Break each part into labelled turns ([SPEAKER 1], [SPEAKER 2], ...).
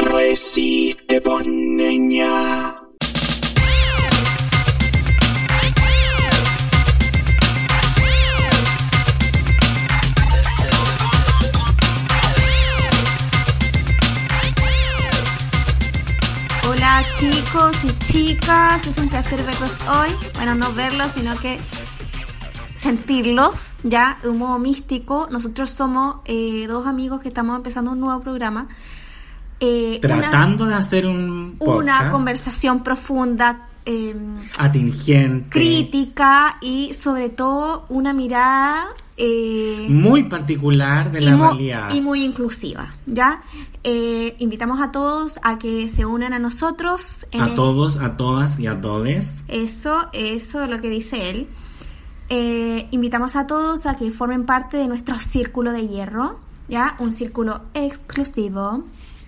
[SPEAKER 1] Resiste, Posneña.
[SPEAKER 2] Hola chicos y chicas, es un placer verlos hoy. Bueno, no verlos, sino que sentirlos, ya, de un modo místico. Nosotros somos dos amigos que estamos empezando un nuevo programa.
[SPEAKER 3] Tratando de hacer un podcast.
[SPEAKER 2] Una conversación profunda,
[SPEAKER 3] atingente,
[SPEAKER 2] crítica y sobre todo una mirada
[SPEAKER 3] muy particular de la realidad.
[SPEAKER 2] Y muy inclusiva, ¿ya? Invitamos a todos a que se unan a nosotros.
[SPEAKER 3] Todos, a todas y a todes.
[SPEAKER 2] Eso es lo que dice él. Invitamos a todos a que formen parte de nuestro círculo de hierro, ¿ya? Un círculo exclusivo.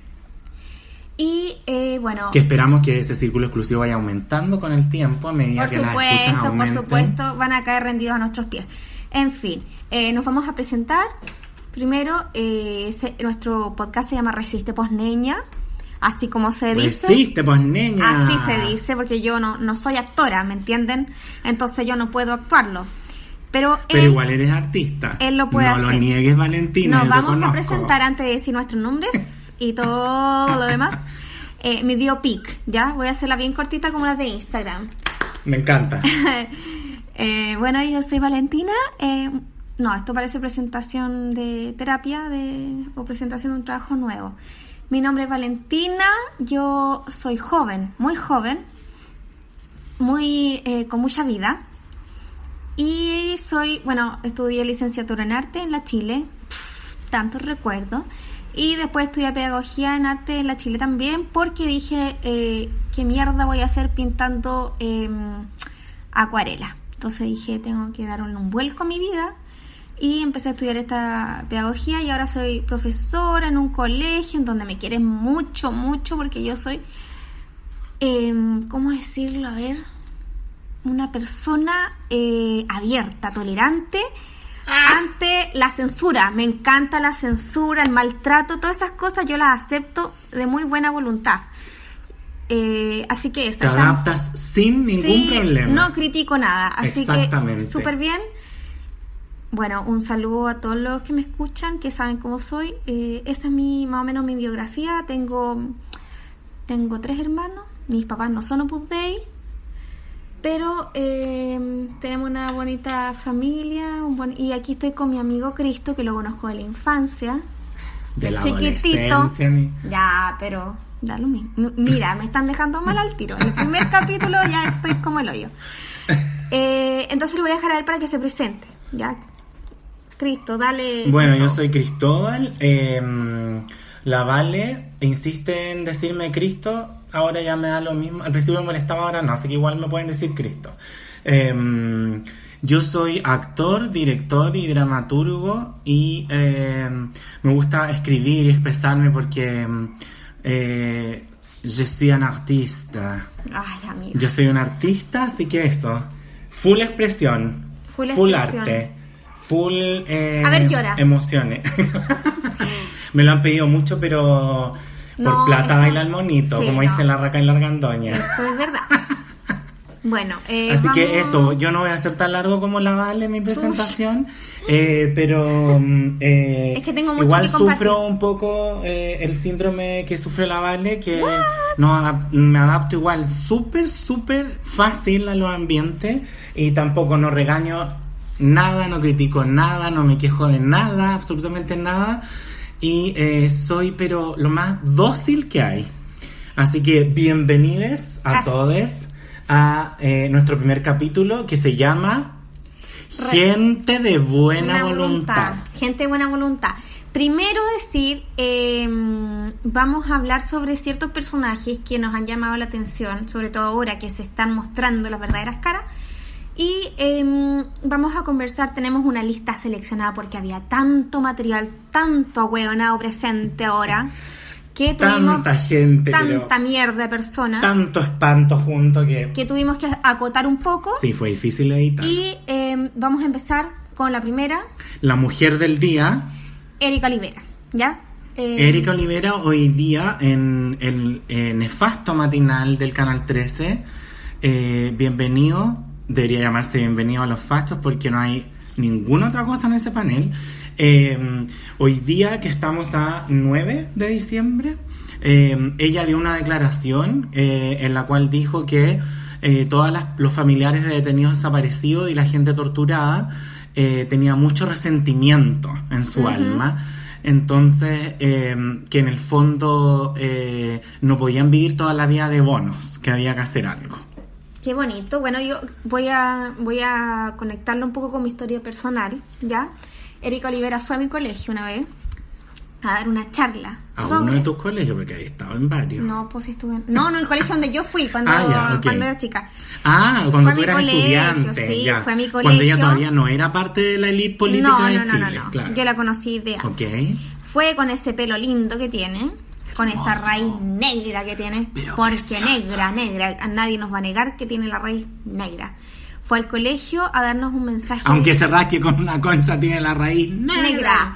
[SPEAKER 2] Y bueno,
[SPEAKER 3] que esperamos que ese círculo exclusivo vaya aumentando con el tiempo a medida que las escuchas aumenten.
[SPEAKER 2] Por supuesto, van a caer rendidos a nuestros pies. En fin, nos vamos a presentar. Primero, nuestro podcast se llama Resiste, Posneña, así como se dice.
[SPEAKER 3] Resiste, Posneña.
[SPEAKER 2] Así se dice, porque yo no soy actora, ¿me entienden? Entonces yo no puedo actuarlo. Pero
[SPEAKER 3] igual eres artista.
[SPEAKER 2] Él lo puede hacer.
[SPEAKER 3] No lo niegues, Valentina.
[SPEAKER 2] Nos vamos a presentar antes de decir nuestros nombres y todo lo demás. Mi biopic, ¿ya? Voy a hacerla bien cortita como las de Instagram.
[SPEAKER 3] Me encanta.
[SPEAKER 2] Bueno, yo soy Valentina. No, esto parece presentación de terapia o presentación de un trabajo nuevo. Mi nombre es Valentina. Yo soy joven, muy con mucha vida. Y estudié licenciatura en arte en la Chile. Tantos recuerdos. Y después estudié pedagogía en arte en la Chile también, porque dije, ¿qué mierda voy a hacer pintando acuarela? Entonces dije, tengo que dar un vuelco a mi vida. Y empecé a estudiar esta pedagogía y ahora soy profesora en un colegio en donde me quieren mucho, porque yo soy, ¿cómo decirlo? A ver, una persona abierta, tolerante ante la censura. Me encanta la censura, el maltrato, todas esas cosas yo las acepto de muy buena voluntad. Así que eso.
[SPEAKER 3] Te adaptas sin ningún problema.
[SPEAKER 2] No critico nada, así que súper bien. Bueno, un saludo a todos los que me escuchan, que saben cómo soy. Esa es más o menos mi biografía. Tengo 3 hermanos, mis papás no son Opus Dei, pero tenemos una bonita familia, y aquí estoy con mi amigo Cristo, que lo conozco de la infancia,
[SPEAKER 3] de la
[SPEAKER 2] chiquitito. Ya, pero da lo mismo. Mira, me están dejando mal al tiro. En el primer capítulo ya estoy como el hoyo. Entonces le voy a dejar a él para que se presente. Ya, Cristo, dale.
[SPEAKER 3] Bueno, yo soy Cristóbal. La Vale insiste en decirme Cristo. Ahora ya me da lo mismo. Al principio me molestaba, ahora no, así que igual me pueden decir Cristo. Yo soy actor, director y dramaturgo y me gusta escribir y expresarme porque je suis un artiste.
[SPEAKER 2] Ay, amiga.
[SPEAKER 3] Yo soy un artista, así que eso. Full expresión. Full arte. Full
[SPEAKER 2] a ver, llora.
[SPEAKER 3] Emociones. Me lo han pedido mucho, pero por plata baila el monito, sí, como dice la raca en la argandoña.
[SPEAKER 2] Eso es verdad. Bueno,
[SPEAKER 3] así que eso, yo no voy a hacer tan largo como la Vale en mi presentación, pero
[SPEAKER 2] es que tengo mucho
[SPEAKER 3] igual
[SPEAKER 2] que compartir.
[SPEAKER 3] Sufro un poco el síndrome que sufre la Vale, que me adapto igual súper fácil a los ambientes y tampoco no regaño nada, no critico nada, no me quejo de nada, absolutamente nada, y soy pero lo más dócil que hay. Así que bienvenidos a todos a nuestro primer capítulo, que se llama Gente de Buena Voluntad.
[SPEAKER 2] Gente de Buena Voluntad. Primero decir, vamos a hablar sobre ciertos personajes que nos han llamado la atención, sobre todo ahora que se están mostrando las verdaderas caras. Y vamos a conversar, tenemos una lista seleccionada porque había tanto material, tanto ahueonado presente ahora, que tuvimos
[SPEAKER 3] tanta gente,
[SPEAKER 2] tanta mierda de personas,
[SPEAKER 3] tanto espanto junto que
[SPEAKER 2] tuvimos que acotar un poco.
[SPEAKER 3] Sí, fue difícil editar.
[SPEAKER 2] Y vamos a empezar con la primera.
[SPEAKER 3] La mujer del día.
[SPEAKER 2] Erika Olivera, ¿ya?
[SPEAKER 3] Erika Olivera hoy día en el nefasto matinal del Canal 13. Bienvenido, debería llamarse Bienvenido a los Fachos porque no hay ninguna otra cosa en ese panel. Hoy día que estamos a 9 de diciembre, ella dio una declaración en la cual dijo que todos los familiares de detenidos desaparecidos y la gente torturada tenía mucho resentimiento en su alma. Entonces, que en el fondo no podían vivir toda la vida de bonos, que había que hacer algo.
[SPEAKER 2] Qué bonito. Bueno, yo voy a conectarlo un poco con mi historia personal, ¿ya? Erika Olivera fue a mi colegio una vez a dar una charla.
[SPEAKER 3] ¿A uno de tus colegios? Porque ahí estaba en varios.
[SPEAKER 2] No, pues sí estuve No, el colegio donde yo fui cuando era chica.
[SPEAKER 3] Cuando tú eras estudiante.
[SPEAKER 2] Sí,
[SPEAKER 3] ya.
[SPEAKER 2] fue a mi colegio.
[SPEAKER 3] Cuando ella todavía no era parte de la élite política de Chile.
[SPEAKER 2] No.
[SPEAKER 3] Claro.
[SPEAKER 2] Yo la conocí de antes.
[SPEAKER 3] Okay.
[SPEAKER 2] Fue con ese pelo lindo que tiene, con esa raíz negra que tiene,
[SPEAKER 3] pero
[SPEAKER 2] porque
[SPEAKER 3] preciosa.
[SPEAKER 2] negra, a nadie nos va a negar que tiene la raíz negra. Fue al colegio a darnos un mensaje.
[SPEAKER 3] Aunque se rasque con una concha, tiene la raíz
[SPEAKER 2] negra.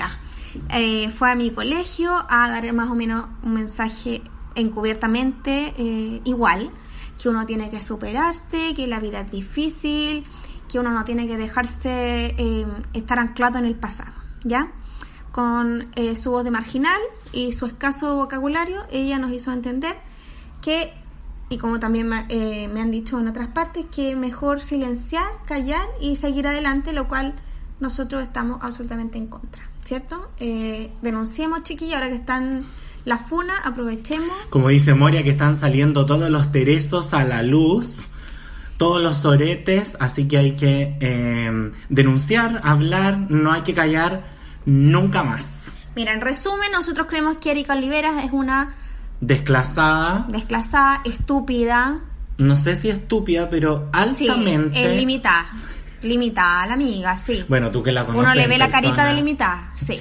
[SPEAKER 2] Fue a mi colegio a dar más o menos un mensaje encubiertamente igual, que uno tiene que superarse, que la vida es difícil, que uno no tiene que dejarse estar anclado en el pasado, ¿ya? Con su voz de marginal y su escaso vocabulario, ella nos hizo entender que, y como también me han dicho en otras partes, que mejor silenciar, callar y seguir adelante, lo cual nosotros estamos absolutamente en contra, ¿cierto? Denunciemos, chiquillos, ahora que están las funas, aprovechemos.
[SPEAKER 3] Como dice Moria, que están saliendo todos los teresos a la luz, todos los soretes, así que hay que denunciar, hablar, no hay que callar nunca más.
[SPEAKER 2] Mira, en resumen, nosotros creemos que Erika Olivera es una
[SPEAKER 3] desclasada,
[SPEAKER 2] estúpida.
[SPEAKER 3] No sé si estúpida, pero altamente.
[SPEAKER 2] Sí, limitada la amiga, sí.
[SPEAKER 3] Bueno, tú que la conoces.
[SPEAKER 2] Uno le ve
[SPEAKER 3] en
[SPEAKER 2] la
[SPEAKER 3] persona,
[SPEAKER 2] carita de limitada, sí.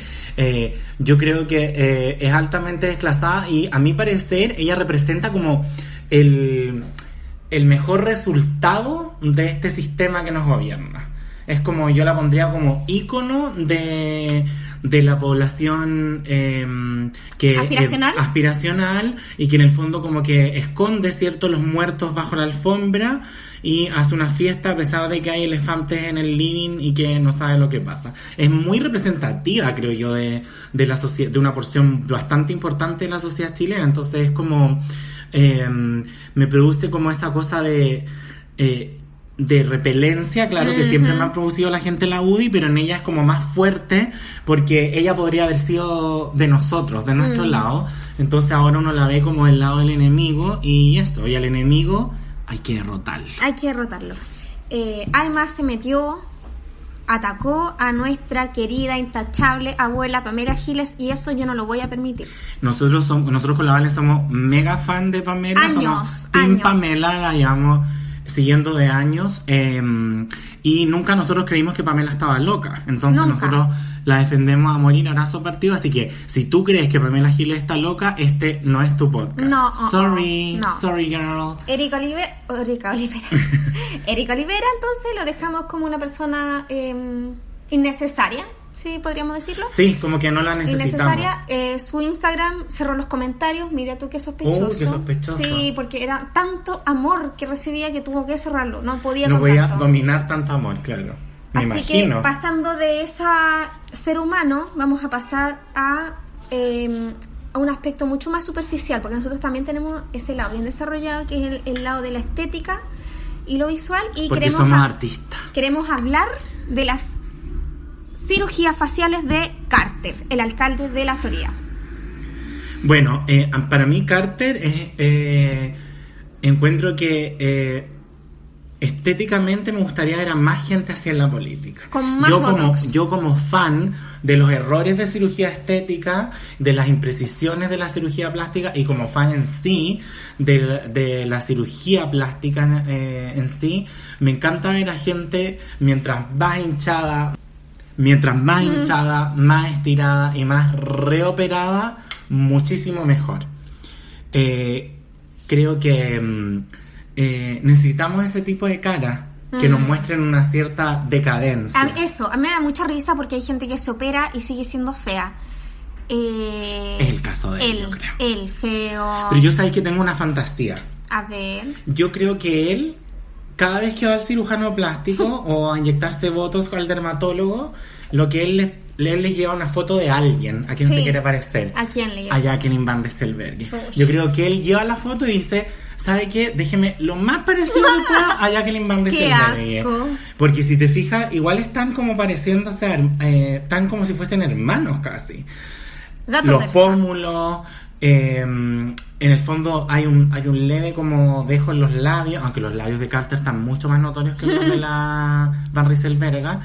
[SPEAKER 3] Yo creo que es altamente desclasada y a mi parecer ella representa como el mejor resultado de este sistema que nos gobierna. Es como, yo la pondría como ícono de la población que aspiracional y que en el fondo como que esconde, ¿cierto?, los muertos bajo la alfombra y hace una fiesta a pesar de que hay elefantes en el living y que no sabe lo que pasa. Es muy representativa, creo yo, de la sociedad, de una porción bastante importante de la sociedad chilena. Entonces es como me produce como esa cosa de repelencia, claro, que siempre me ha producido la gente en la UDI, pero en ella es como más fuerte porque ella podría haber sido de nosotros, de nuestro lado. Entonces ahora uno la ve como del lado del enemigo y eso, y al enemigo hay que derrotarlo.
[SPEAKER 2] Alma se metió, atacó a nuestra querida, intachable abuela Pamela Giles y eso yo no lo voy a permitir.
[SPEAKER 3] Nosotros con la Vale somos mega fan de Pamela, somos team Pamela, la llevamos siguiendo de años y nunca nosotros creímos que Pamela estaba loca, entonces nosotros la defendemos a morir a su partido, así que si tú crees que Pamela Giles está loca, este no es tu podcast. Sorry girl.
[SPEAKER 2] Erika Olivera entonces lo dejamos como una persona innecesaria, ¿sí? Podríamos decirlo.
[SPEAKER 3] Sí, como que no la necesitamos.
[SPEAKER 2] Innecesaria. Su Instagram cerró los comentarios. Mira tú, qué sospechoso.
[SPEAKER 3] Qué sospechoso.
[SPEAKER 2] Sí, porque era tanto amor que recibía que tuvo que cerrarlo. No podía
[SPEAKER 3] dominar tanto amor, claro. Me imagino.
[SPEAKER 2] Que pasando de esa ser humano, vamos a pasar a un aspecto mucho más superficial, porque nosotros también tenemos ese lado bien desarrollado, que es el lado de la estética y lo visual. Y
[SPEAKER 3] porque somos artistas.
[SPEAKER 2] Queremos hablar de las cirugías faciales de Carter, el alcalde de la Florida.
[SPEAKER 3] Bueno, para mí Carter encuentro que estéticamente me gustaría ver a más gente así en la política.
[SPEAKER 2] Con más botox.
[SPEAKER 3] Yo como fan de los errores de cirugía estética, de las imprecisiones de la cirugía plástica y como fan en sí de la cirugía plástica en sí, me encanta ver a gente mientras más hinchada, más estirada y más reoperada, muchísimo mejor. Creo que necesitamos ese tipo de cara que nos muestren una cierta decadencia.
[SPEAKER 2] A mí me da mucha risa porque hay gente que se opera y sigue siendo fea.
[SPEAKER 3] Es el caso de él, yo creo.
[SPEAKER 2] El feo.
[SPEAKER 3] Pero yo sabéis que tengo una fantasía.
[SPEAKER 2] A ver.
[SPEAKER 3] Yo creo que él, cada vez que va al cirujano plástico o a inyectarse botox o al dermatólogo, lo que él le lleva una foto de alguien a quien
[SPEAKER 2] Sí.
[SPEAKER 3] se quiere parecer.
[SPEAKER 2] ¿A quién le lleva?
[SPEAKER 3] A Jacqueline Van Rysselberghe.
[SPEAKER 2] Uy.
[SPEAKER 3] Yo creo que él lleva la foto y dice, ¿sabe qué? Déjeme lo más parecido que pueda a Jacqueline Van
[SPEAKER 2] ¡Qué
[SPEAKER 3] Rysselberghe.
[SPEAKER 2] asco!
[SPEAKER 3] Porque si te fijas, igual están como pareciéndose, tan como si fuesen hermanos casi.
[SPEAKER 2] Gato
[SPEAKER 3] Los
[SPEAKER 2] persa.
[SPEAKER 3] pómulos, en el fondo hay un leve como dejo en los labios, aunque los labios de Carter están mucho más notorios que los de la Van Rysselberghe.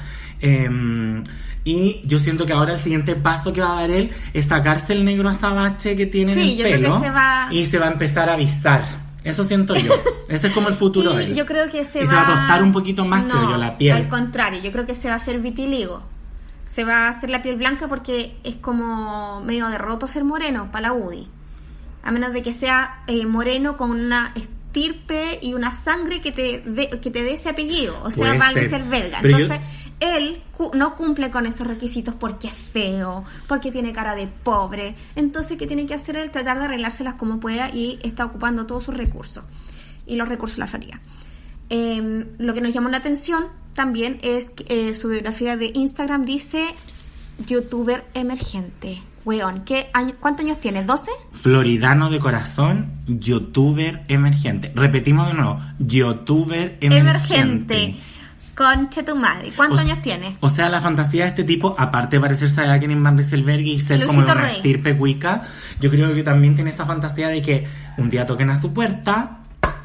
[SPEAKER 3] Y yo siento que ahora el siguiente paso que va a dar él es sacarse el negro azabache que tiene
[SPEAKER 2] Sí,
[SPEAKER 3] en el
[SPEAKER 2] yo creo
[SPEAKER 3] pelo
[SPEAKER 2] que se va-
[SPEAKER 3] y se va a empezar a avisar. Eso siento yo. Ese es como el futuro de
[SPEAKER 2] Y
[SPEAKER 3] él.
[SPEAKER 2] yo creo que se
[SPEAKER 3] Y
[SPEAKER 2] va...
[SPEAKER 3] se va a tostar un poquito más,
[SPEAKER 2] no,
[SPEAKER 3] creo yo, la piel.
[SPEAKER 2] al contrario, yo creo que se va a hacer vitiligo. Se va a hacer la piel blanca porque es como medio derroto ser moreno para la UDI. A menos de que sea moreno con una estirpe y una sangre que te dé ese apellido. O sea,
[SPEAKER 3] Puede
[SPEAKER 2] Van
[SPEAKER 3] ser.
[SPEAKER 2] Rysselberghe.
[SPEAKER 3] Pero
[SPEAKER 2] Entonces, él no cumple con esos requisitos porque es feo, porque tiene cara de pobre. Entonces, ¿qué tiene que hacer él? Tratar de arreglárselas como pueda y está ocupando todos sus recursos. Y los recursos la haría. Lo que nos llamó la atención también es que su biografía de Instagram dice youtuber emergente. Weón, ¿cuántos años tiene? ¿12?
[SPEAKER 3] Floridano de corazón, youtuber emergente. Repetimos de nuevo, youtuber emergente.
[SPEAKER 2] Conche tu madre. ¿Cuántos
[SPEAKER 3] O-
[SPEAKER 2] años tiene?
[SPEAKER 3] O sea, la fantasía de este tipo, aparte de parecerse a Jacqueline Van Rysselberghe y ser como de
[SPEAKER 2] Luisito
[SPEAKER 3] una
[SPEAKER 2] Rey.
[SPEAKER 3] estirpe cuica, yo creo que también tiene esa fantasía de que un día toquen a su puerta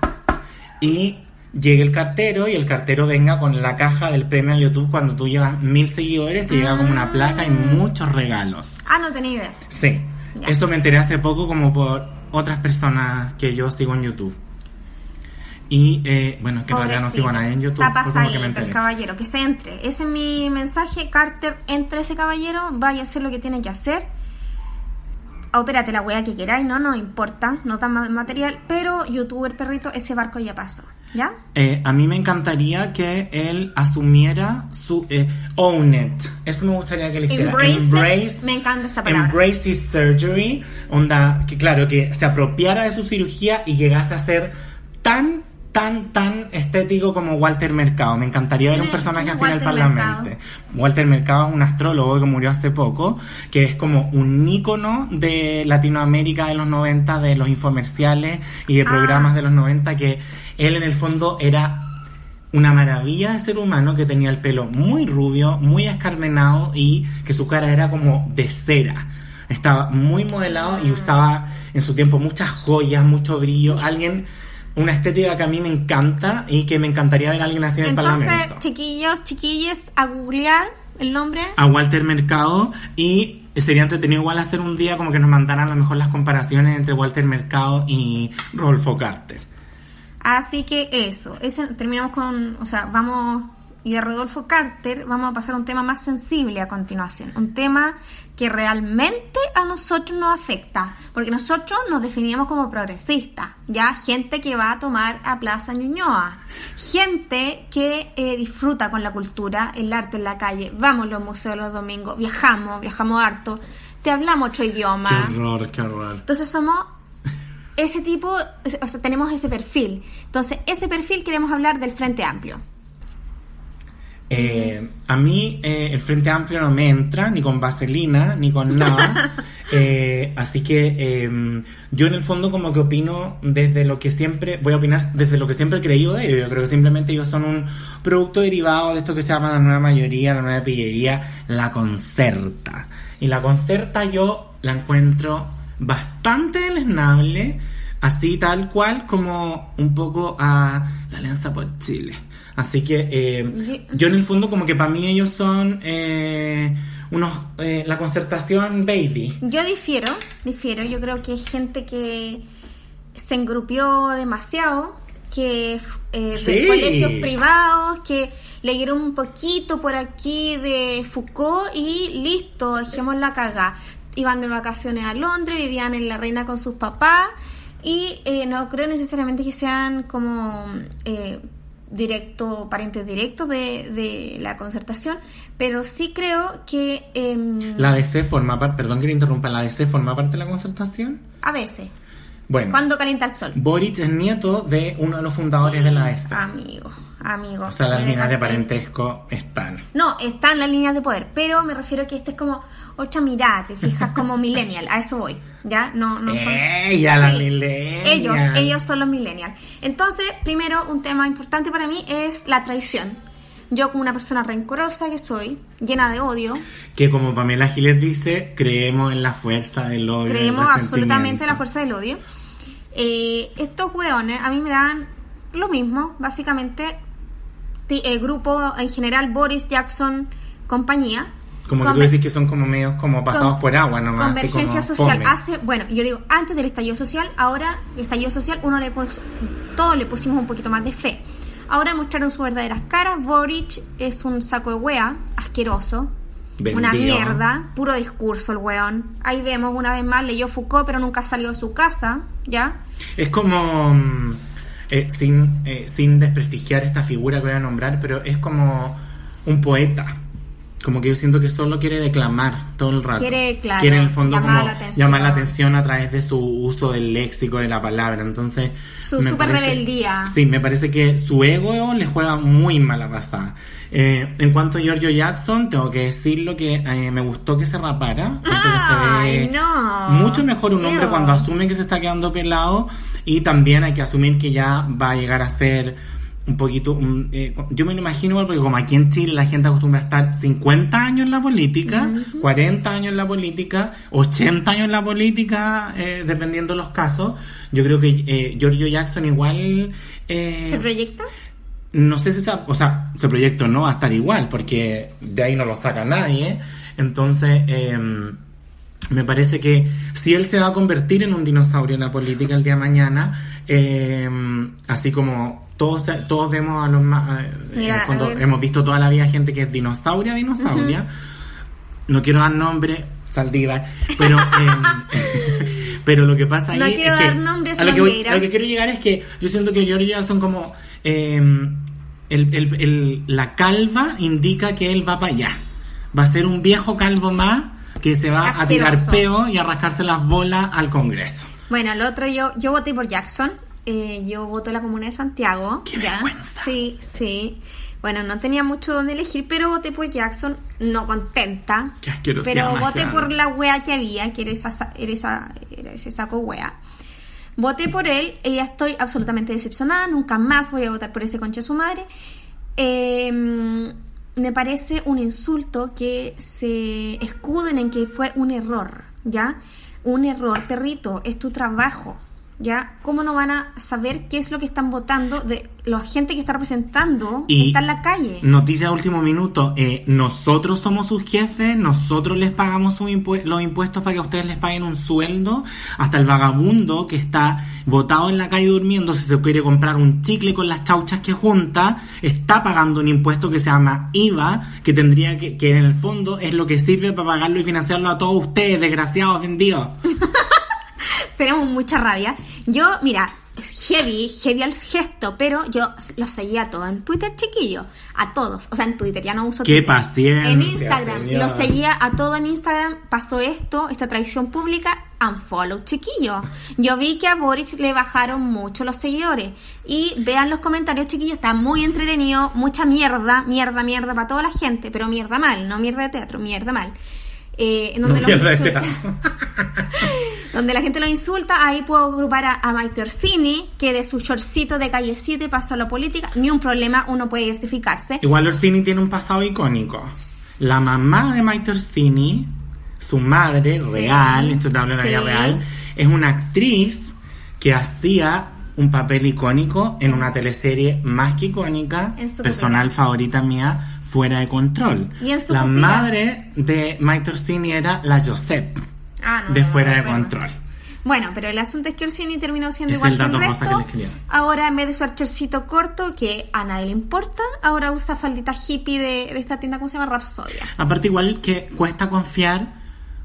[SPEAKER 3] y llegue el cartero y el cartero venga con la caja del premio a YouTube cuando tú llevas 1000 seguidores, te llega como una placa y muchos regalos.
[SPEAKER 2] Ah, no tenía idea.
[SPEAKER 3] Sí,
[SPEAKER 2] Ya.
[SPEAKER 3] esto me enteré hace poco como por otras personas que yo sigo en YouTube. Y bueno, que en realidad no sigo a nadie en YouTube.
[SPEAKER 2] Está
[SPEAKER 3] fue como que me
[SPEAKER 2] pasadito el
[SPEAKER 3] enteré.
[SPEAKER 2] caballero, que se entre. Ese es mi mensaje. Carter, entre ese caballero, vaya a hacer lo que tiene que hacer. Opérate la wea que queráis, no importa, no da más material. Pero youtuber perrito, ese barco ya pasó. ¿Ya?
[SPEAKER 3] A mí me encantaría que él asumiera su own it. Eso me gustaría que le hiciera.
[SPEAKER 2] Embrace it. Me encanta esa palabra.
[SPEAKER 3] Embrace his surgery. Onda, que claro, que se apropiara de su cirugía y llegase a ser tan estético como Walter Mercado. Me encantaría ver un personaje así en el Parlamento. Walter Mercado es un astrólogo que murió hace poco, que es como un ícono de Latinoamérica de los 90, de los infomerciales y de programas de los 90, que él en el fondo era una maravilla de ser humano, que tenía el pelo muy rubio, muy escarmenado y que su cara era como de cera. Estaba muy modelado y usaba en su tiempo muchas joyas, mucho brillo. Una estética que a mí me encanta y que me encantaría ver a alguien así en el Parlamento.
[SPEAKER 2] Entonces, chiquillos, a googlear el nombre.
[SPEAKER 3] A Walter Mercado, y sería entretenido igual hacer un día como que nos mandaran a lo mejor las comparaciones entre Walter Mercado y Rodolfo Carter.
[SPEAKER 2] Así que eso, terminamos con, y de Rodolfo Carter vamos a pasar a un tema más sensible a continuación, un tema que realmente a nosotros nos afecta, porque nosotros nos definíamos como progresistas, ya, gente que va a tomar a Plaza Ñuñoa, gente que disfruta con la cultura, el arte en la calle, vamos a los museos los domingos, viajamos harto, te hablamos 8 idiomas.
[SPEAKER 3] Qué horror.
[SPEAKER 2] Entonces somos ese tipo, o sea, tenemos ese perfil. Entonces, ese perfil queremos hablar del Frente Amplio.
[SPEAKER 3] A mí el Frente Amplio no me entra ni con vaselina ni con nada. Así que yo en el fondo como que opino voy a opinar desde lo que siempre he creído de ellos. Yo creo que simplemente ellos son un producto derivado de esto que se llama la nueva mayoría, la nueva pillería, la Concerta. Y la Concerta yo la encuentro bastante deleznable, así tal cual como un poco a la Alianza por Chile. Así que yo en el fondo como que para mí ellos son la Concertación baby.
[SPEAKER 2] Yo difiero, yo creo que es gente que se engrupió demasiado, que de colegios privados, que leyeron un poquito por aquí de Foucault y listo, dejemos la cagada. Iban de vacaciones a Londres, vivían en La Reina con sus papás y no creo necesariamente que sean como parientes directos de la Concertación, pero sí creo que
[SPEAKER 3] ¿La DC forma parte, perdón que te interrumpa, la DC forma parte de la Concertación?
[SPEAKER 2] a veces,
[SPEAKER 3] Bueno,
[SPEAKER 2] cuando calienta el sol.
[SPEAKER 3] Boric es nieto de uno de los fundadores de la DC.
[SPEAKER 2] Amigo.
[SPEAKER 3] O sea, las
[SPEAKER 2] me
[SPEAKER 3] líneas de
[SPEAKER 2] dejaste-
[SPEAKER 3] parentesco están.
[SPEAKER 2] No, están las líneas de poder, pero me refiero a que este es como otra mirada, te fijas, como millennial, a eso voy, ¿ya? No son...
[SPEAKER 3] La
[SPEAKER 2] Sí,
[SPEAKER 3] millennial.
[SPEAKER 2] ellos son los millennials. Entonces, primero, un tema importante para mí es la traición. Yo, como una persona rencorosa que soy, llena de odio,
[SPEAKER 3] Que como Pamela Giles dice, creemos en la fuerza del odio.
[SPEAKER 2] creemos
[SPEAKER 3] del
[SPEAKER 2] absolutamente en la
[SPEAKER 3] resentimiento.
[SPEAKER 2] fuerza del odio. Estos hueones a mí me dan lo mismo, básicamente, el grupo en general, Boris, Jackson, compañía.
[SPEAKER 3] Como que tú decís que son como medios como pasados por agua nomás.
[SPEAKER 2] Convergencia
[SPEAKER 3] así como
[SPEAKER 2] social.
[SPEAKER 3] fome.
[SPEAKER 2] Yo digo, antes del estallido social, ahora el estallido social, todos le pusimos un poquito más de fe. Ahora mostraron sus verdaderas caras. Boric es un saco de wea, asqueroso.
[SPEAKER 3] Vendido.
[SPEAKER 2] Una mierda, puro discurso el weón. Ahí vemos una vez más, leyó Foucault, pero nunca salió de su casa, ¿ya?
[SPEAKER 3] Es como, sin desprestigiar esta figura que voy a nombrar, pero es como un poeta. Como que yo siento que solo quiere declamar todo el rato.
[SPEAKER 2] Quiere, claro,
[SPEAKER 3] quiere en el fondo
[SPEAKER 2] llamar
[SPEAKER 3] como
[SPEAKER 2] la atención.
[SPEAKER 3] llamar la atención a través de su uso del léxico, de la palabra. Entonces,
[SPEAKER 2] Su super rebeldía.
[SPEAKER 3] Sí, me parece que su ego le juega muy mala pasada. En cuanto a Giorgio Jackson, tengo que decirlo que me gustó que se rapara. Porque
[SPEAKER 2] Ay,
[SPEAKER 3] se ve
[SPEAKER 2] no.
[SPEAKER 3] mucho mejor un hombre
[SPEAKER 2] Ew.
[SPEAKER 3] cuando asume que se está quedando pelado, y también hay que asumir que ya va a llegar a ser un poquito, yo me lo imagino porque como aquí en Chile la gente acostumbra a estar 50 años en la política, 40 años en la política, 80 años en la política, dependiendo de los casos. Yo creo que Giorgio Jackson igual
[SPEAKER 2] ¿Se proyecta?
[SPEAKER 3] no sé si se proyecta o no va a estar igual, porque de ahí no lo saca nadie. Entonces me parece que si él se va a convertir en un dinosaurio en la política el día de mañana, así como todos vemos a los más,
[SPEAKER 2] Mira,
[SPEAKER 3] en el fondo,
[SPEAKER 2] a ver.
[SPEAKER 3] hemos visto toda la vida gente que es dinosauria, no quiero dar nombre, Saldívar, pero pero lo que pasa ahí
[SPEAKER 2] No quiero
[SPEAKER 3] es
[SPEAKER 2] dar
[SPEAKER 3] que
[SPEAKER 2] nombres,
[SPEAKER 3] a lo
[SPEAKER 2] Bandeira.
[SPEAKER 3] que quiero llegar es que yo siento que Giorgio Jackson como la calva indica que él va para allá, va a ser un viejo calvo más que se va a tirar
[SPEAKER 2] Asqueroso.
[SPEAKER 3] peo y a rascarse las bolas al Congreso.
[SPEAKER 2] Bueno, el otro yo voté por Jackson. Yo voté en la Comuna de Santiago.
[SPEAKER 3] ¡Qué
[SPEAKER 2] ¿ya?
[SPEAKER 3] vergüenza!
[SPEAKER 2] Sí. Bueno, no tenía mucho donde elegir, pero voté por Jackson, no contenta.
[SPEAKER 3] ¡Qué asquerosidad
[SPEAKER 2] Pero
[SPEAKER 3] más
[SPEAKER 2] voté
[SPEAKER 3] grande!
[SPEAKER 2] por la wea que había, que era ese saco wea. Voté por él y ya estoy absolutamente decepcionada. Nunca más voy a votar por ese concha de su madre. Me parece un insulto que se escuden en que fue un error, ¿ya? Un error, perrito, es tu trabajo, ¿ya? ¿Cómo no van a saber qué es lo que están votando de la gente que está representando
[SPEAKER 3] Y
[SPEAKER 2] está en la calle?
[SPEAKER 3] noticia de último minuto, nosotros somos sus jefes, nosotros les pagamos los impuestos para que ustedes les paguen un sueldo. Hasta el vagabundo que está botado en la calle durmiendo, si se quiere comprar un chicle con las chauchas que junta, está pagando un impuesto que se llama IVA, que tendría que en el fondo es lo que sirve para pagarlo y financiarlo a todos ustedes, desgraciados vendidos.
[SPEAKER 2] Tenemos mucha rabia. Yo, mira, heavy al gesto, pero yo los seguía a todos en Twitter, chiquillo, a todos, o sea, en Twitter, ya no uso
[SPEAKER 3] ¡Qué
[SPEAKER 2] Twitter.
[SPEAKER 3] paciencia,
[SPEAKER 2] En Instagram,
[SPEAKER 3] señora!
[SPEAKER 2] los seguía a todos en Instagram, pasó esta traición pública, unfollow, chiquillo. Yo vi que a Boris le bajaron mucho los seguidores, y vean los comentarios, chiquillos, está muy entretenido, mucha mierda para toda la gente, pero mierda mal, no mierda de teatro, mierda mal. En donde
[SPEAKER 3] No,
[SPEAKER 2] los
[SPEAKER 3] mierda de
[SPEAKER 2] insulta-
[SPEAKER 3] teatro.
[SPEAKER 2] donde la gente lo insulta. Ahí puedo agrupar a Maite Orsini, que de su shortcito de calle 7 pasó a la política, ni un problema, uno puede diversificarse.
[SPEAKER 3] Igual Orsini tiene un pasado icónico. La mamá de Maite Orsini, su madre real, esto te hablo de la vida real, es una actriz que hacía un papel icónico en una teleserie más que icónica,
[SPEAKER 2] En su
[SPEAKER 3] personal
[SPEAKER 2] pupila.
[SPEAKER 3] favorita mía, Fuera de Control.
[SPEAKER 2] Y en su
[SPEAKER 3] La
[SPEAKER 2] pupila.
[SPEAKER 3] madre de Maite Orsini era la Josep de Fuera de Control.
[SPEAKER 2] Bueno, pero el asunto es que Orsini terminó siendo
[SPEAKER 3] Es
[SPEAKER 2] igual
[SPEAKER 3] el
[SPEAKER 2] que el
[SPEAKER 3] dato rosa
[SPEAKER 2] resto.
[SPEAKER 3] que le escribieron.
[SPEAKER 2] Ahora, en vez de usar chorcito corto, que a nadie le importa, ahora usa faldita hippie de esta tienda, ¿cómo se llama? Rapsodia.
[SPEAKER 3] Aparte igual que cuesta confiar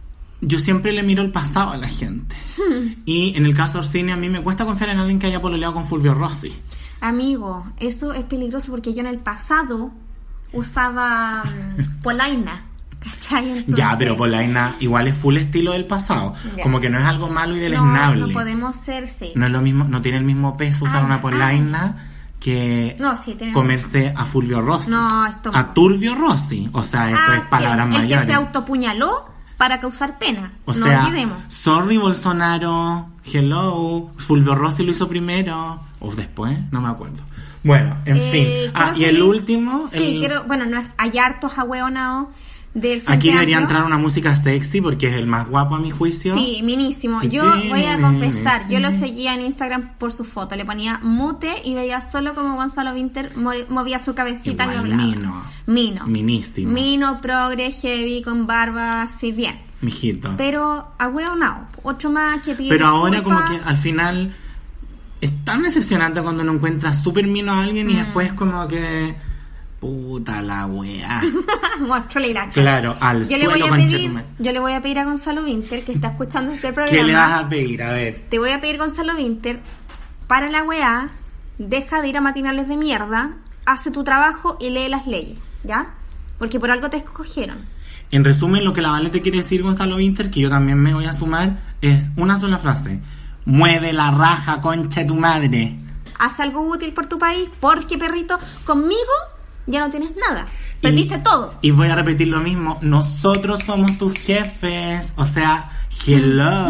[SPEAKER 3] yo siempre le miro el pasado a la gente. Y en el caso Orsini, a mí me cuesta confiar en alguien que haya pololeado con Fulvio Rossi.
[SPEAKER 2] Amigo, eso es peligroso porque yo en el pasado usaba polaina, ¿cachai? Entonces,
[SPEAKER 3] Ya, pero Polaina igual es full estilo del pasado.
[SPEAKER 2] Ya.
[SPEAKER 3] Como que no es algo malo y deleznable.
[SPEAKER 2] No podemos ser, sí.
[SPEAKER 3] No es lo mismo, no tiene el mismo peso usar una Polaina que
[SPEAKER 2] No, sí, tiene
[SPEAKER 3] comerse a Fulvio Rossi.
[SPEAKER 2] No, esto...
[SPEAKER 3] A Turbio Rossi. O sea, eso es palabras
[SPEAKER 2] el
[SPEAKER 3] mayores.
[SPEAKER 2] que se autopuñaló para causar pena.
[SPEAKER 3] O
[SPEAKER 2] no
[SPEAKER 3] sea,
[SPEAKER 2] olvidemos.
[SPEAKER 3] sorry Bolsonaro, hello, Fulvio Rossi lo hizo primero o después, no me acuerdo. Bueno, en fin. Y el último...
[SPEAKER 2] Sí, bueno, no es, hay hartos ahueonados del Frente
[SPEAKER 3] Aquí debería
[SPEAKER 2] Amplio.
[SPEAKER 3] entrar una música sexy porque es el más guapo a mi juicio.
[SPEAKER 2] Sí, minísimo. Yo voy a confesar, yo lo seguía en Instagram por su foto, le ponía mute y veía solo como Gonzalo Vinter movía su cabecita
[SPEAKER 3] Igual,
[SPEAKER 2] y hablaba.
[SPEAKER 3] Minísimo.
[SPEAKER 2] Mino, progre, heavy, con barba, sí, bien.
[SPEAKER 3] Mijito.
[SPEAKER 2] Pero ahueonado, otro más que pide
[SPEAKER 3] Pero ahora
[SPEAKER 2] disculpas.
[SPEAKER 3] como que al final es tan decepcionante cuando uno encuentra súper mino a alguien y después como que... Puta la weá.
[SPEAKER 2] Muéstrale y la chacha.
[SPEAKER 3] Claro, al
[SPEAKER 2] yo le
[SPEAKER 3] suelo,
[SPEAKER 2] yo le voy a pedir a Gonzalo Vinter, que está escuchando este programa.
[SPEAKER 3] ¿Qué le vas a pedir? A ver.
[SPEAKER 2] Te voy a pedir, Gonzalo Vinter, para la weá, deja de ir a matinales de mierda, hace tu trabajo y lee las leyes, ¿ya? Porque por algo te escogieron.
[SPEAKER 3] En resumen, lo que la Vale te quiere decir, Gonzalo Vinter, que yo también me voy a sumar, es una sola frase. Mueve la raja, concha de tu madre.
[SPEAKER 2] Haz algo útil por tu país, porque, perrito, conmigo ya no tienes nada. Perdiste todo.
[SPEAKER 3] Y voy a repetir lo mismo. Nosotros somos tus jefes. O sea, hello.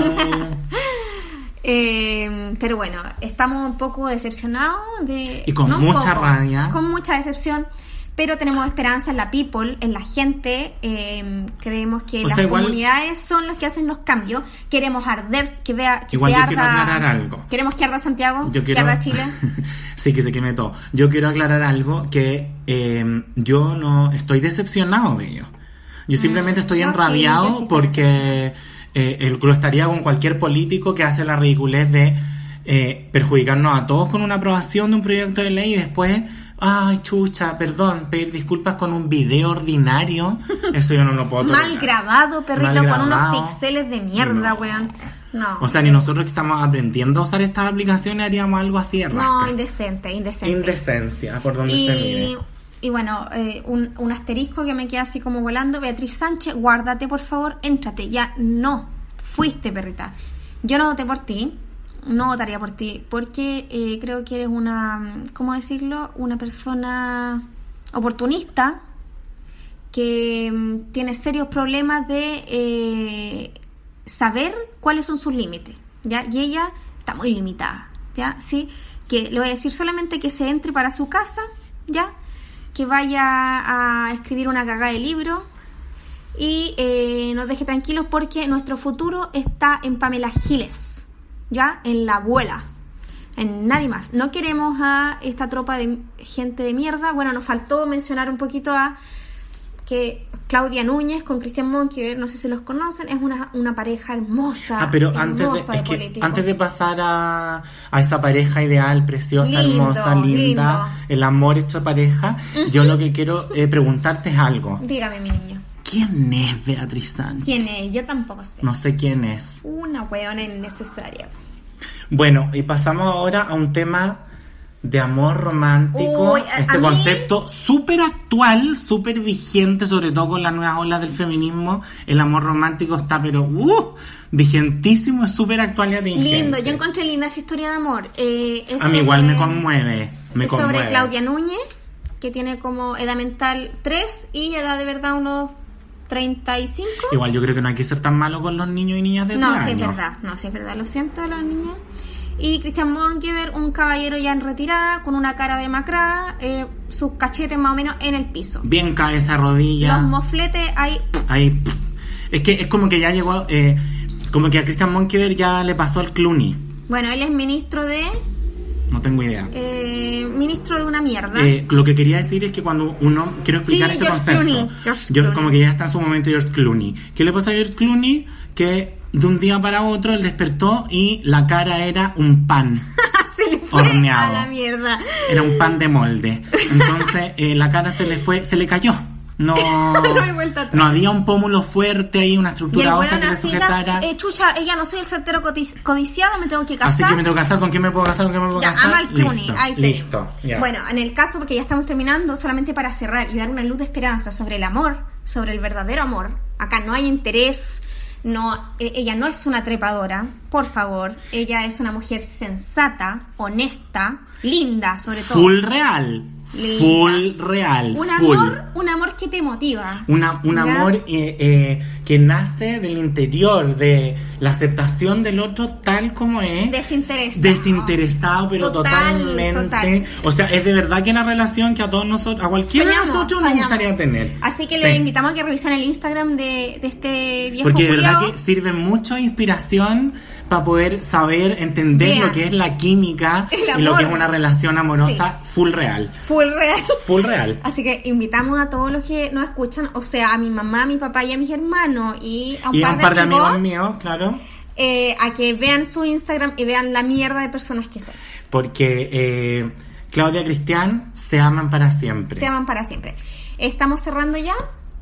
[SPEAKER 2] Pero bueno, estamos un poco decepcionados
[SPEAKER 3] y con mucha rabia.
[SPEAKER 2] Con mucha decepción. Pero tenemos esperanza en la people, en la gente. Creemos que las comunidades son los que hacen los cambios. Queremos arder, que
[SPEAKER 3] igual
[SPEAKER 2] se
[SPEAKER 3] yo
[SPEAKER 2] arda.
[SPEAKER 3] Quiero aclarar algo.
[SPEAKER 2] Queremos que arda Santiago, que arda Chile.
[SPEAKER 3] Sí, que se queme todo. Yo quiero aclarar algo que yo no estoy decepcionado de ello. Yo simplemente estoy enrabiado
[SPEAKER 2] sí,
[SPEAKER 3] porque lo estaría con cualquier político que hace la ridiculez de perjudicarnos a todos con una aprobación de un proyecto de ley y después... Ay, chucha, perdón, pedir disculpas con un video ordinario. Eso yo no lo puedo tolerar.
[SPEAKER 2] Mal grabado, perrito, con unos píxeles de mierda, weón. No.
[SPEAKER 3] O sea, ni nosotros que estamos aprendiendo a usar estas aplicaciones haríamos algo así de rasca.
[SPEAKER 2] No, indecente.
[SPEAKER 3] Indecencia, por donde se mire.
[SPEAKER 2] Y bueno, un asterisco que me queda así como volando. Beatriz Sánchez, guárdate, por favor, éntrate. Ya no fuiste, perrita. Yo no voté por ti. No votaría por ti porque creo que eres una, ¿cómo decirlo? Una persona oportunista que tiene serios problemas de saber cuáles son sus límites, ¿ya? Y ella está muy limitada, ¿ya? Sí, que le voy a decir solamente que se entre para su casa, ¿ya? Que vaya a escribir una cagada de libro y nos deje tranquilos porque nuestro futuro está en Pamela Giles. Ya, en la abuela, en nadie más. No queremos a esta tropa de gente de mierda. Bueno, nos faltó mencionar un poquito a que Claudia Núñez con Cristian Monkever, no sé si los conocen, es una pareja hermosa.
[SPEAKER 3] Pero
[SPEAKER 2] hermosa
[SPEAKER 3] antes de pasar a esa pareja ideal, preciosa, hermosa, linda, el amor hecho pareja, yo lo que quiero preguntarte es algo.
[SPEAKER 2] Dígame, mi niño.
[SPEAKER 3] ¿Quién es Beatriz Sánchez?
[SPEAKER 2] ¿Quién es? Yo tampoco sé.
[SPEAKER 3] No sé quién es.
[SPEAKER 2] Una hueona innecesaria.
[SPEAKER 3] Bueno, y pasamos ahora a un tema de amor romántico. Concepto súper actual, súper vigente, sobre todo con las nuevas olas del feminismo. El amor romántico está, pero vigentísimo, es súper actual y atingente.
[SPEAKER 2] Lindo, yo encontré linda esa historia de amor.
[SPEAKER 3] A mí igual me conmueve.
[SPEAKER 2] Sobre Claudia Núñez, que tiene como edad mental 3 y edad de verdad unos 35.
[SPEAKER 3] Igual yo creo que no hay que ser tan malo con los niños y niñas de 3 años.
[SPEAKER 2] Sí es verdad, lo siento de los niños. Y Cristian Monkever, un caballero ya en retirada, con una cara demacrada, sus cachetes más o menos en el piso.
[SPEAKER 3] Bien cae esa rodilla.
[SPEAKER 2] Los mofletes
[SPEAKER 3] ahí. Es que es como que ya llegó, como que a Cristian Monkever ya le pasó el Clooney.
[SPEAKER 2] Bueno, él es ministro de...
[SPEAKER 3] No tengo idea.
[SPEAKER 2] Ministro de una mierda.
[SPEAKER 3] Lo que quería decir es que cuando uno... Quiero explicar ese concepto. Clooney. Como que ya está en su momento George Clooney. ¿Qué le pasó a George Clooney? Que de un día para otro él despertó y la cara era un pan.
[SPEAKER 2] Se le fue
[SPEAKER 3] horneado.
[SPEAKER 2] A la mierda.
[SPEAKER 3] Era un pan de molde. Entonces la cara se le cayó. No,
[SPEAKER 2] No hay vuelta atrás.
[SPEAKER 3] no había un pómulo fuerte ahí, una
[SPEAKER 2] Y el
[SPEAKER 3] estructura ósea
[SPEAKER 2] weón
[SPEAKER 3] que le
[SPEAKER 2] así,
[SPEAKER 3] sujetara.
[SPEAKER 2] chucha, ella no soy el soltero codiciado, me tengo que casar.
[SPEAKER 3] Así que me tengo que casar, ¿con quién me puedo casar? ¿Con quién me puedo
[SPEAKER 2] Ya,
[SPEAKER 3] casar?
[SPEAKER 2] ama al Clooney,
[SPEAKER 3] Listo,
[SPEAKER 2] ahí
[SPEAKER 3] listo,
[SPEAKER 2] tenemos.
[SPEAKER 3] ya.
[SPEAKER 2] Bueno, en el caso, porque ya estamos terminando, solamente para cerrar y dar una luz de esperanza sobre el amor, sobre el verdadero amor. Acá no hay interés, no, ella no es una trepadora, por favor. Ella es una mujer sensata, honesta, linda, sobre todo.
[SPEAKER 3] Full real.
[SPEAKER 2] Linda.
[SPEAKER 3] Full real.
[SPEAKER 2] Un amor que te motiva.
[SPEAKER 3] Un
[SPEAKER 2] ¿ya?
[SPEAKER 3] amor que nace del interior, de la aceptación del otro tal como es. Desinteresado, pero totalmente.
[SPEAKER 2] Total.
[SPEAKER 3] O sea, es de verdad que la relación que a todos nosotros, a cualquiera de nosotros nos gustaría tener.
[SPEAKER 2] Así que
[SPEAKER 3] sí.
[SPEAKER 2] les invitamos a que revisen el Instagram de este viejo
[SPEAKER 3] Porque de verdad
[SPEAKER 2] culiao.
[SPEAKER 3] que sirve mucho inspiración para poder saber, entender
[SPEAKER 2] Vean.
[SPEAKER 3] lo que es la química
[SPEAKER 2] El
[SPEAKER 3] y lo que es
[SPEAKER 2] amor.
[SPEAKER 3] una relación amorosa full real.
[SPEAKER 2] Full real.
[SPEAKER 3] Full real.
[SPEAKER 2] Así que invitamos a todos los que nos escuchan, o sea, a mi mamá, a mi papá y a mis hermanos y a un par de amigos
[SPEAKER 3] míos, claro.
[SPEAKER 2] A que vean su Instagram y vean la mierda de personas que son.
[SPEAKER 3] Porque Claudia y Cristian se aman para siempre.
[SPEAKER 2] Se aman para siempre. Estamos cerrando ya.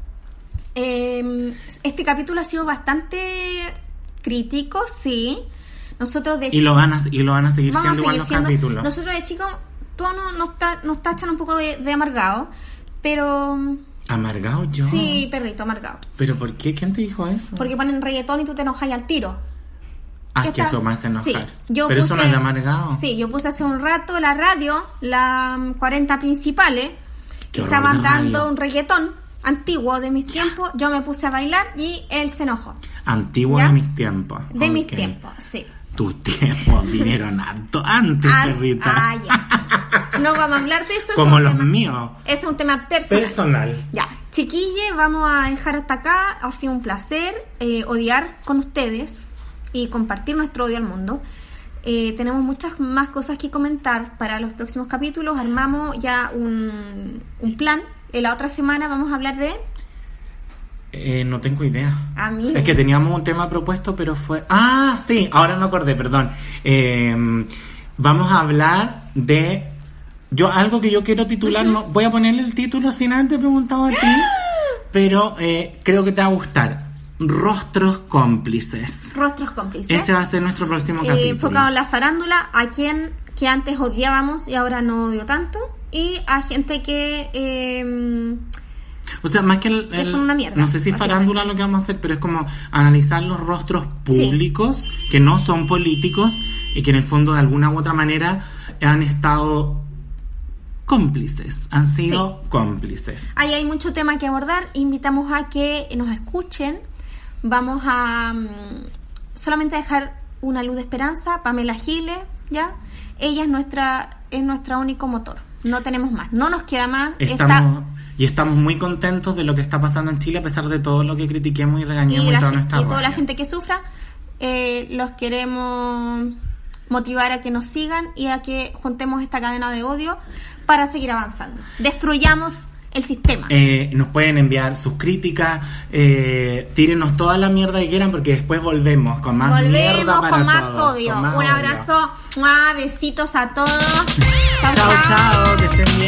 [SPEAKER 2] Este capítulo ha sido bastante crítico, sí. Nosotros
[SPEAKER 3] y lo van a seguir
[SPEAKER 2] vamos
[SPEAKER 3] siendo
[SPEAKER 2] a
[SPEAKER 3] igual
[SPEAKER 2] seguir
[SPEAKER 3] los
[SPEAKER 2] siendo.
[SPEAKER 3] capítulos.
[SPEAKER 2] Nosotros de chicos todos nos tachan un poco de amargado, pero
[SPEAKER 3] ¿Amargado yo?
[SPEAKER 2] sí, perrito, amargado.
[SPEAKER 3] ¿Pero por qué? ¿Quién te dijo eso?
[SPEAKER 2] Porque ponen reggaetón y tú te enojas al tiro.
[SPEAKER 3] Que eso me hace enojar.
[SPEAKER 2] Sí,
[SPEAKER 3] pero eso no es de amargado.
[SPEAKER 2] Sí, yo puse hace un rato la radio, la 40 principales,
[SPEAKER 3] Qué
[SPEAKER 2] que estaban
[SPEAKER 3] horror de
[SPEAKER 2] dando
[SPEAKER 3] radio.
[SPEAKER 2] un reggaetón antiguo de mis tiempos. Yo me puse a bailar y él se enojó.
[SPEAKER 3] Antiguo
[SPEAKER 2] ¿Ya?
[SPEAKER 3] de mis tiempos.
[SPEAKER 2] De mis
[SPEAKER 3] Ok.
[SPEAKER 2] tiempos, sí.
[SPEAKER 3] Tus tiempos vinieron harto antes, perrita.
[SPEAKER 2] Ya. No vamos a hablar de eso.
[SPEAKER 3] Como
[SPEAKER 2] es un
[SPEAKER 3] los
[SPEAKER 2] tema-
[SPEAKER 3] míos.
[SPEAKER 2] Es un tema personal. Ya, chiquille, vamos a dejar hasta acá. Ha sido un placer odiar con ustedes y compartir nuestro odio al mundo. Tenemos muchas más cosas que comentar para los próximos capítulos. Armamos ya un plan. La otra semana vamos a hablar de...
[SPEAKER 3] No tengo idea.
[SPEAKER 2] Amigo.
[SPEAKER 3] Es que teníamos un tema propuesto, pero fue... Ah, sí, ahora me acordé, perdón. Vamos a hablar de... Algo que yo quiero titular, no voy a ponerle el título sin haberte preguntado a ti, pero creo que te va a gustar. Rostros cómplices.
[SPEAKER 2] Rostros cómplices.
[SPEAKER 3] Ese va a ser nuestro próximo capítulo.
[SPEAKER 2] Enfocado en la farándula, a quien que antes odiábamos y ahora no odio tanto, y a gente que...
[SPEAKER 3] o sea, más que
[SPEAKER 2] que son una mierda,
[SPEAKER 3] no sé si farándula lo que vamos a hacer, pero es como analizar los rostros públicos que no son políticos y que en el fondo de alguna u otra manera han estado cómplices, han sido cómplices.
[SPEAKER 2] Ahí hay mucho tema que abordar. Invitamos a que nos escuchen. Vamos a solamente dejar una luz de esperanza. Pamela Giles, ¿ya? Ella es nuestra único motor. No tenemos más, no nos queda más.
[SPEAKER 3] Estamos muy contentos de lo que está pasando en Chile, a pesar de todo lo que critiquemos y regañemos y toda nuestra
[SPEAKER 2] y toda la
[SPEAKER 3] rabia.
[SPEAKER 2] gente que sufra. Los queremos motivar a que nos sigan y a que juntemos esta cadena de odio para seguir avanzando. Destruyamos el sistema.
[SPEAKER 3] Nos pueden enviar sus críticas, tírenos toda la mierda que quieran, porque después volvemos con más mierda para
[SPEAKER 2] con más
[SPEAKER 3] todos,
[SPEAKER 2] odio.
[SPEAKER 3] con más
[SPEAKER 2] Un
[SPEAKER 3] odio.
[SPEAKER 2] abrazo, besitos a todos.
[SPEAKER 3] Chao, chao, que estén bien.